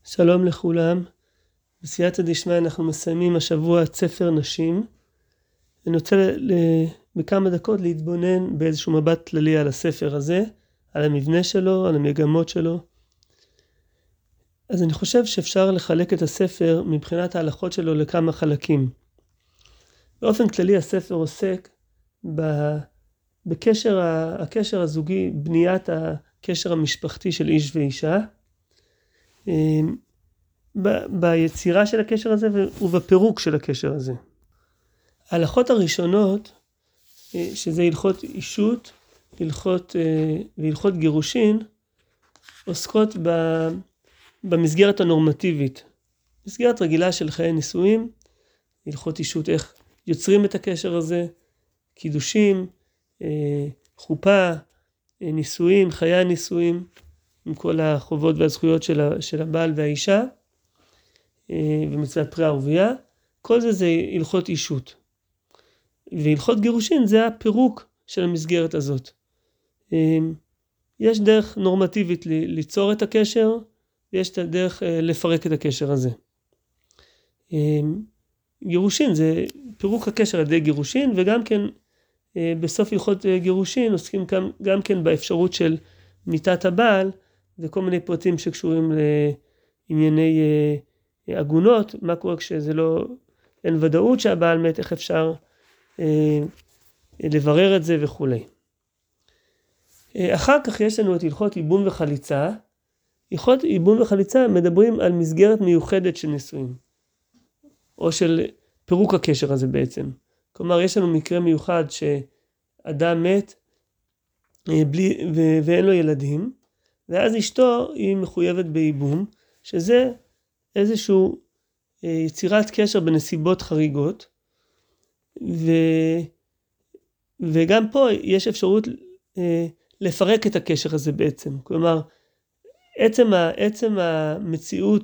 שלום לכולם, בסייעתא דשמיא אנחנו מסיימים השבוע את ספר נשים. אני רוצה בכמה דקות להתבונן באיזשהו מבט כללי על הספר הזה, על המבנה שלו, על המגמות שלו. אז אני חושב שאפשר לחלק את הספר מבחינת ההלכות שלו לכמה חלקים. באופן כללי הספר עוסק הקשר הזוגי, בניית הקשר המשפחתי של איש ואישה, ביצירה של הקשר הזה ובפירוק של הקשר הזה. ההלכות הראשונות, שזה הלכות אישות, והלכות גירושין, עוסקות במסגרת הנורמטיבית. מסגרת רגילה של חיי נישואים, הלכות אישות, איך יוצרים את הקשר הזה, קידושים, חופה, נישואים, חיי הנישואים, עם כל החובות והזכויות של הבעל והאישה, ומצוות פרי ערבייה. כל זה הלכות אישות. והלכות גירושין זה הפירוק של המסגרת הזאת. יש דרך נורמטיבית ליצור את הקשר, ויש את הדרך לפרק את הקשר הזה. גירושין זה פירוק הקשר על ידי גירושין, וגם כן בסוף הלכות גירושין עוסקים גם כן באפשרות של מיתת הבעל, וכל מיני פרטים שקשורים לענייני עגונות, מה קורה כשזה אין ודאות שהבעל מת, איך אפשר לברר את זה וכו'. אחר כך יש לנו את הלכות ייבום וחליצה. הלכות ייבום וחליצה מדברים על מסגרת מיוחדת של נישואים, או של פירוק הקשר הזה בעצם. כלומר, יש לנו מקרה מיוחד שאדם מת ואין לו ילדים, ואז אשתו היא מחויבת בייבום, שזה איזשהו יצירת קשר בנסיבות חריגות, וגם פה יש אפשרות לפרק את הקשר הזה בעצם. כלומר, עצם המציאות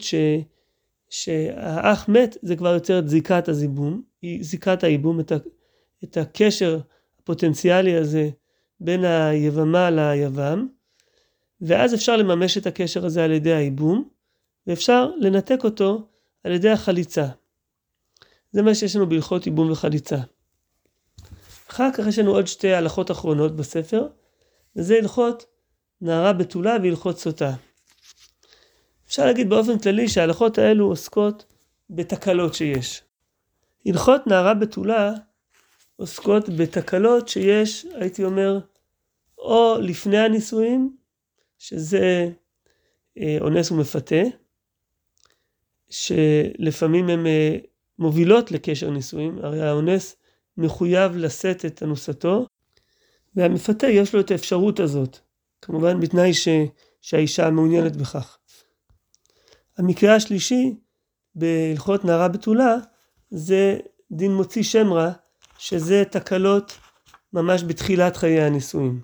שהאח מת, זה כבר יוצר את זיקת הייבום, את הקשר הפוטנציאלי הזה בין היבמה ליבם, ואז אפשר לממש את הקשר הזה על ידי הייבום, ואפשר לנתק אותו על ידי החליצה. זה מה שיש לנו בהלכות ייבום וחליצה. אחר כך יש לנו עוד שתי הלכות אחרונות בספר, וזה הלכות נערה בתולה והלכות סוטה. אפשר להגיד באופן כללי שההלכות האלו עוסקות בתקלות שיש. הלכות נערה בתולה עוסקות בתקלות שיש, הייתי אומר, או לפני הנישואים, שזה אונס ומפתה, שלפעמים הן מובילות לקשר נישואים, הרי האונס מחויב לשאת את אנוסתו, והמפתה יש לו את האפשרות הזאת, כמובן בתנאי שהאישה מעוניינת בכך. המקרה השלישי בהלכות נערה בתולה, זה דין מוציא שם רע, שזה תקלות ממש בתחילת חיי הנישואים.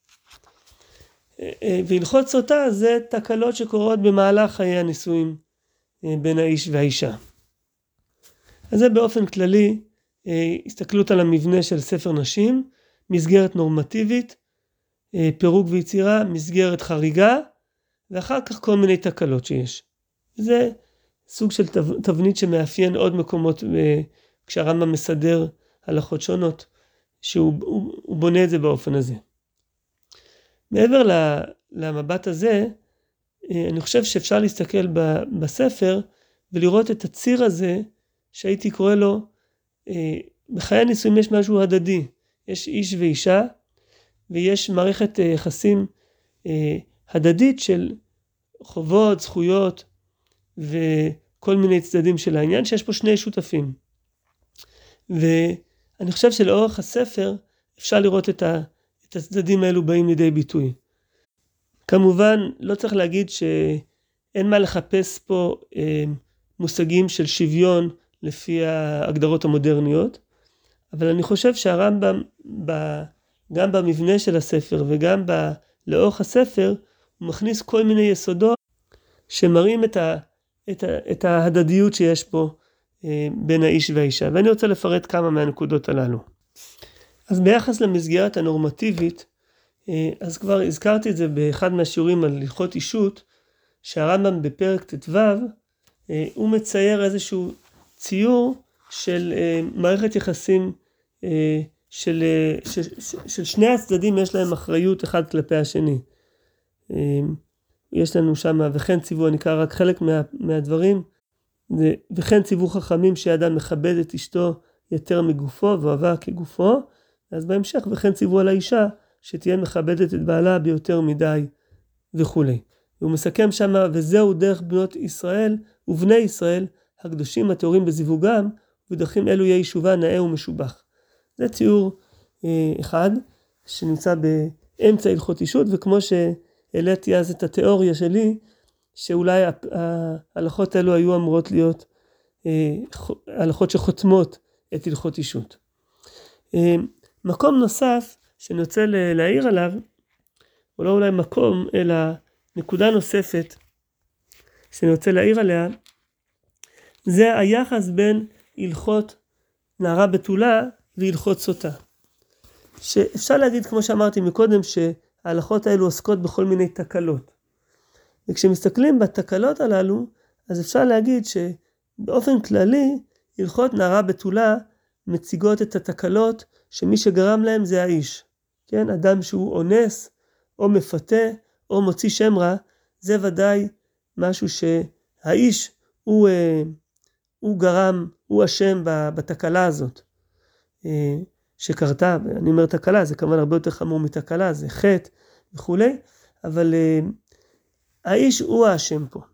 והלכות סוטה זה תקלות שקורות במהלך חיי הנישואים בין האיש והאישה. אז זה באופן כללי הסתכלות על המבנה של ספר נשים, מסגרת נורמטיבית, פירוק ויצירה, מסגרת חריגה, ואחר כך כל מיני תקלות שיש. זה סוג של תבנית שמאפיין עוד מקומות כשהרמב"ם מסדר הלכות שונות, שהוא בונה את זה באופן הזה. מעבר למבט הזה, אני חושב שאפשר להסתכל בספר ולראות את הציר הזה שהייתי קורא לו, בחיי הנישואים יש משהו הדדי, יש איש ואישה ויש מערכת יחסים הדדית של חובות, זכויות וכל מיני צדדים של העניין, שיש פה שני שותפים. ואני חושב שלאורך הספר אפשר לראות את הצדדים האלו באים לידי ביטוי. כמובן לא צריך להגיד שאין מה לחפש פה מושגים של שוויון לפי ההגדרות המודרניות, אבל אני חושב שהרמב"ם גם במבנה של הספר וגם לאורך הספר הוא מכניס כל מיני יסודות שמראים את ההדדיות שיש פה בין האיש והאישה, ואני רוצה לפרט כמה מהנקודות הללו. אז ביחס למסגרת הנורמטיבית, אז כבר הזכרתי את זה באחד מהשיעורים על הלכות אישות, שהרמב"ם בפרק ט"ו, הוא מצייר איזשהו ציור של מערכת יחסים של שני הצדדים, יש להם אחריות אחד כלפי השני. יש לנו שם, וכן ציוו, אני אקרא רק חלק מהדברים, וכן ציוו חכמים שאדם מכבד את אשתו יותר מגופו ואוהבה כגופו, אז בהמשך וכן ציוו על האישה שתהיה מכבדת את בעלה ביותר מדי וכו'. הוא מסכם שם, וזהו דרך בנות ישראל ובני ישראל הקדושים הטהורים בזיווגם, ובדרכים אלו יהיה יישובה נאה ומשובח. זה ציור אחד שנמצא באמצע הלכות אישות, וכמו שהעליתי אז את התיאוריה שלי, שאולי ההלכות האלו היו אמורות להיות הלכות שחותמות את הלכות אישות. מקום נוסף שאני רוצה להעיר עליו, או לא אולי מקום, אלא נקודה נוספת שאני רוצה להעיר עליה, זה היחס בין הלכות נערה בתולה והלכות סוטה. שאפשר להגיד, כמו שאמרתי מקודם, שההלכות האלו עוסקות בכל מיני תקלות. וכשמסתכלים בתקלות הללו, אז אפשר להגיד שבאופן כללי, הלכות נערה בתולה מציגות את התקלות שמי שגרם להם זה האיש. כן? אדם שהוא אונס, או מפתה, או מוציא שם רע, זה ודאי משהו שהאיש הוא גרם, הוא אשם בתקלה הזאת שקרתה. אני אומר תקלה, זה כמובן הרבה יותר חמור מתקלה, זה חטא וכו', אבל האיש הוא האשם פה.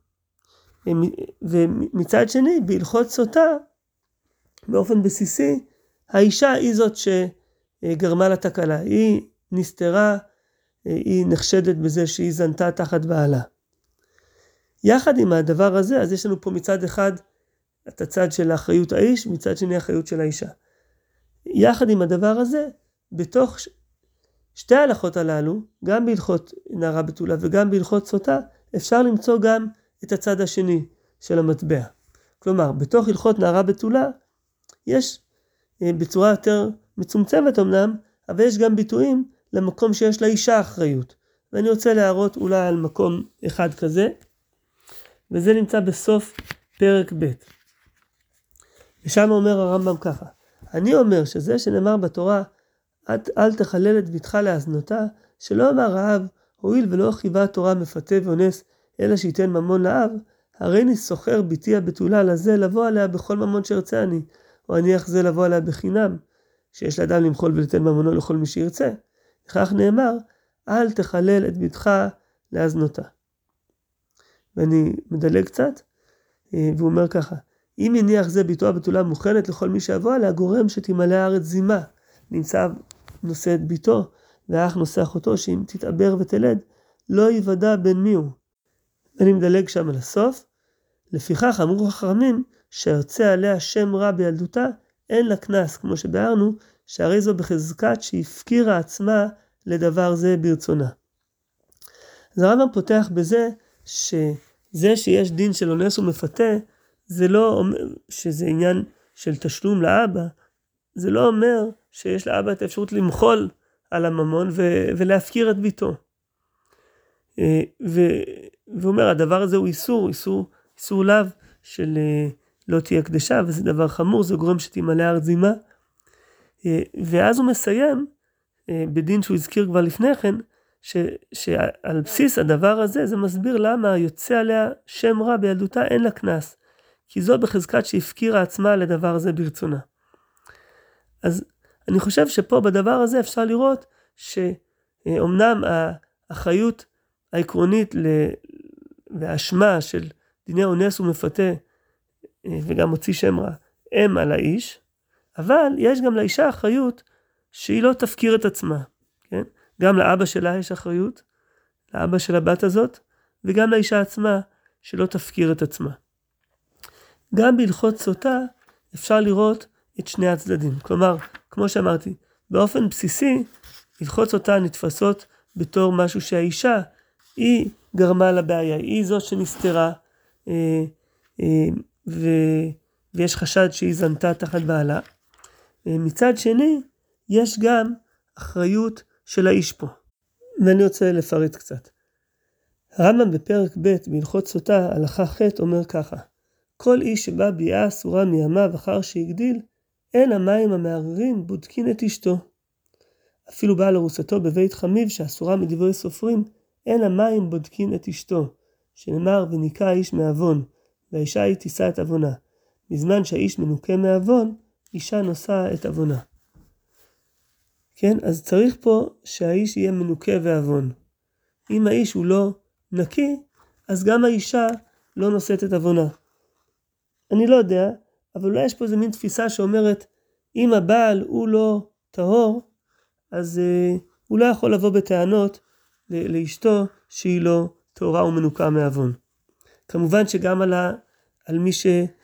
ומצד שני, בהלכות סוטה, באופן בסיסי, האישה היא זאת שגרמה לתקלה. היא נסתרה, היא נחשדת בזה שהיא זנתה תחת בעלה. יחד עם הדבר הזה, אז יש לנו פה מצד אחד את הצד של האחריות האיש, מצד שני האחריות של האישה. יחד עם הדבר הזה, בתוך שתי ההלכות הללו, גם בהלכות נערה בתולה וגם בהלכות סוטה, אפשר למצוא גם את הצד השני של המטבע. כלומר, בתוך הלכות נערה בתולה, יש בצורה יותר מצומצמת אמנם, אבל יש גם ביטויים למקום שיש לאישה אחריות. ואני רוצה להראות אולי על מקום אחד כזה, וזה נמצא בסוף פרק ב'. ושם אומר הרמב"ם ככה, אני אומר שזה שנאמר בתורה, אל תחלל את ביתך להזנותה, שלא אמר האב, הואיל ולא חייבה התורה מפתה ואונס, אלא שייתן ממון לאב, הרי אני סוחר ביתי הבתולה לזה לבוא עליה בכל ממון שרצה אני, או אני אחזה לבוא עליה בחינם, שיש לאדם למחול ולתן ממונו לכל מי שירצה. לכך נאמר, אל תחלל את ביתך להזנותה. ואני מדלג קצת, והוא אומר ככה, אם יניח זה ביתו הבתולה מוכנת לכל מי שיבוא עליה, גורם שתמלא הארץ זימה. נמצא נושא את ביתו, והאח נושא אחותו, שאם תתעבר ותלד, לא יוודע בין מי הוא. אני מדלג שם על הסוף. לפיכך אמרו חכמים, שיוצא עליה שם רע בילדותה, אין לה כנס, כמו שבארנו, שהרי זו בחזקת שהפקירה עצמה לדבר זה ברצונה. אז הרמב"ם פותח בזה, שזה שיש דין של אונס ומפתה, זה לא אומר שזה עניין של תשלום לאבא, זה לא אומר שיש לאבא את האפשרות למחול על הממון ולהפקיר את ביתו. ואומר, הדבר הזה הוא איסור לאו של לא תהיה קדשה, וזה דבר חמור, זה גורם שתמלא הארץ זימה. ואז הוא מסיים, בדין שהוא הזכיר כבר לפני כן, שעל בסיס הדבר הזה, זה מסביר למה יוצא עליה שם רע בילדותה, אין לה כנס. כי זו בחזקת שהפקירה עצמה לדבר הזה ברצונה. אז אני חושב שפה בדבר הזה אפשר לראות שאומנם האחריות העקרונית והאשמה של דיני אונס ומפתה וגם מוציא שם רע הם על האיש, אבל יש גם לאישה אחריות שהיא לא תפקיר את עצמה. כן? גם לאבא שלה יש אחריות, לאבא של הבת הזאת, וגם לאישה עצמה שלא תפקיר את עצמה. גם בהלכות סוטה אפשר לראות את שני הצדדים. כלומר, כמו שאמרתי, באופן בסיסי, הלכות סוטה נתפסות בתור משהו שהאישה היא גרמה לבעיה, היא זאת שנסתרה, ויש חשד שהיא זנתה תחת בעלה. מצד שני, יש גם אחריות של האיש פה. ואני רוצה לפרט קצת. הרמב"ם בפרק ב' בהלכות סוטה הלכה ח' אומר ככה: כל איש שבא ביאה אסורה מימיו אחר שהגדיל, אין המים המערערים בודקין את אשתו. אפילו בעל ארוסתו בבית חמיו שאסורה מדברי סופרים, אין המים בודקין את אשתו, שנאמר וניקה האיש מעוון, והאישה היא תישא את עוונה. בזמן שהאיש מנוקה מעוון, אישה נושא את עוונה. כן, אז צריך פה שהאיש יהיה מנוקה ועוון. אם האיש הוא לא נקי, אז גם האישה לא נושאת את עוונה. אני לא יודע, אבל אולי יש פה איזה מין תפיסה שאומרת, אם הבעל הוא לא טהור, אז הוא לא יכול לבוא בטענות לאשתו שהיא לא טהורה ומנוקה מעוון. כמובן שגם על מי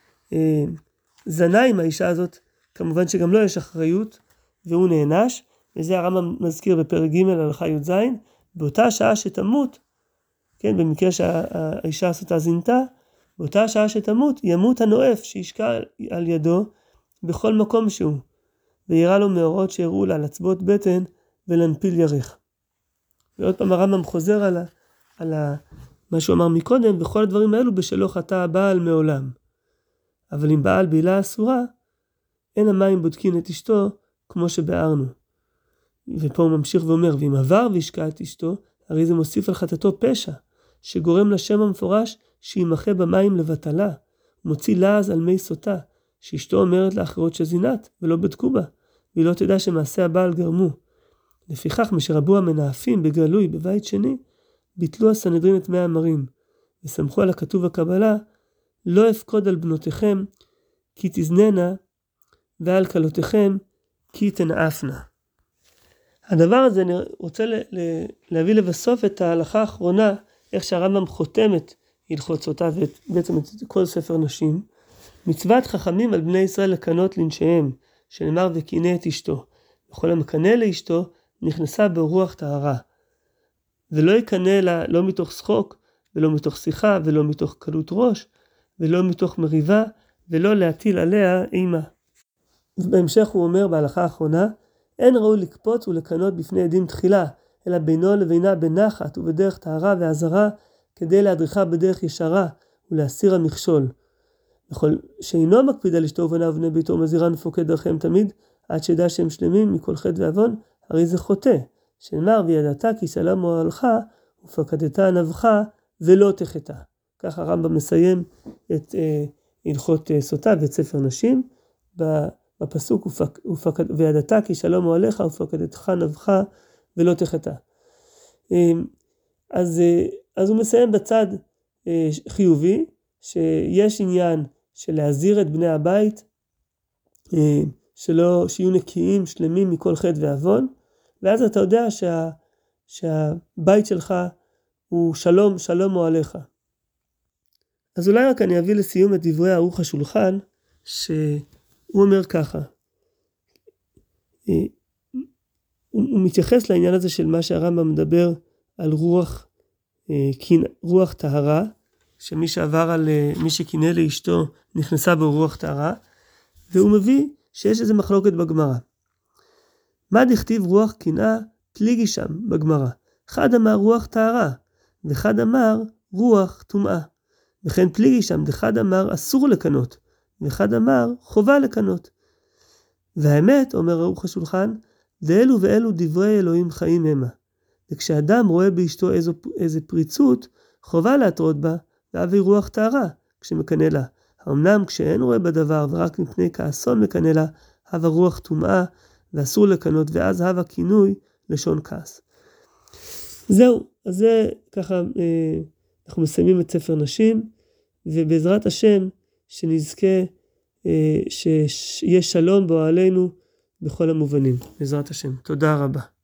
שזנה עם האישה הזאת, כמובן שגם לו יש אחריות, והוא נענש, וזה הרמב"ם מזכיר בפרק ג' הלכה י"ז, באותה שעה שתמות, כן, במקרה שהאישה הסוטה זינתה, באותה שעה שתמות, ימות הנואף שישקע על ידו בכל מקום שהוא, ויראה לו מאורות שיראו לה לצבות בטן ולנפיל ירך. ועוד פעם הרמב"ם חוזר על מה שהוא אמר מקודם, וכל הדברים האלו בשלא חטא הבעל מעולם. אבל אם בעל בעילה אסורה, אין המים בודקין את אשתו כמו שבארנו. ופה הוא ממשיך ואומר, ואם עבר וישקע את אשתו, הרי זה מוסיף על חטאתו פשע, שגורם לשם המפורש שימחה במים לבטלה, מוציא לעז על מי סוטה, שאשתו אומרת לאחרות שזינת, ולא בדקו בה, והיא לא תדע שמעשה הבעל גרמו. לפיכך משרבו המנאפים בגלוי בבית שני, ביטלו הסנהדרין את 100 המרים, וסמכו על הכתוב הקבלה, לא אפקוד על בנותיכם, כי תזננה, ועל כלותיכם, כי תנאפנה. הדבר הזה אני רוצה להביא לבסוף את ההלכה האחרונה, איך שהרמב"ם חותם את הלכות סוטה ובעצם את כל ספר נשים. מצוות חכמים על בני ישראל לקנות לנשיהם, שנאמר וקינא את אשתו. וכל המקנא לאשתו נכנסה ברוח טהרה. ולא יקנא לה לא מתוך שחוק, ולא מתוך שיחה, ולא מתוך קלות ראש, ולא מתוך מריבה, ולא להטיל עליה אימה. בהמשך הוא אומר בהלכה האחרונה, אין ראוי לקפוץ ולקנות בפני עדים תחילה, אלא בינו לבינה בנחת ובדרך טהרה ועזרה, כדי להדריכה בדרך ישרה ולהסיר המכשול. וכל שאינו מקפיד על אשתו ובניו ובני ביתו ומזהירן ופוקד דרכיהם תמיד, עד שידע שהם שלמים מכל חטא ועוון, הרי זה חוטא, שנאמר וידעת כי שלום אוהלך ופקדת ענבך ולא תחטא. כך הרמב"ם מסיים את הלכות סוטה ואת ספר נשים, בפסוק וידעת כי שלום אוהליך ופקדתך ענבך ולא תחטא. אז הוא מסיים בצד חיובי, שיש עניין של להזהיר את בני הבית, שיהיו נקיים, שלמים מכל חטא ועוון, ואז אתה יודע שהבית שלך הוא שלום אוהליך. אז אולי רק אני אביא לסיום את דברי ערוך השולחן, שהוא אומר ככה, הוא מתייחס לעניין הזה של מה שהרמב"ם מדבר על רוח טהרה, שמי שעבר על מי שקינא לאשתו נכנסה ברוח טהרה, והוא מביא שיש איזה מחלוקת בגמרא. מה דכתיב רוח קנאה פליגי שם בגמרא? אחד אמר רוח טהרה, ואחד אמר רוח טומאה. וכן פליגי שם, אחד אמר אסור לקנות, ואחד אמר חובה לקנות. והאמת, אומר ערוך השולחן, ואלו ואלו דברי אלוהים חיים המה. וכשאדם רואה באשתו איזה פריצות, חובה להתרות בה, להביא רוח טהרה כשמקנא לה. האמנם כשאין רואה בדבר ורק מפני כאסון מקנא לה, הווה רוח טומאה ואסור לקנות, ואז הווה כינוי לשון כעס. זהו, אז זה ככה, אנחנו מסיימים את ספר נשים, ובעזרת השם שנזכה שיש שלום באוהלינו בכל המובנים. בעזרת השם. תודה רבה.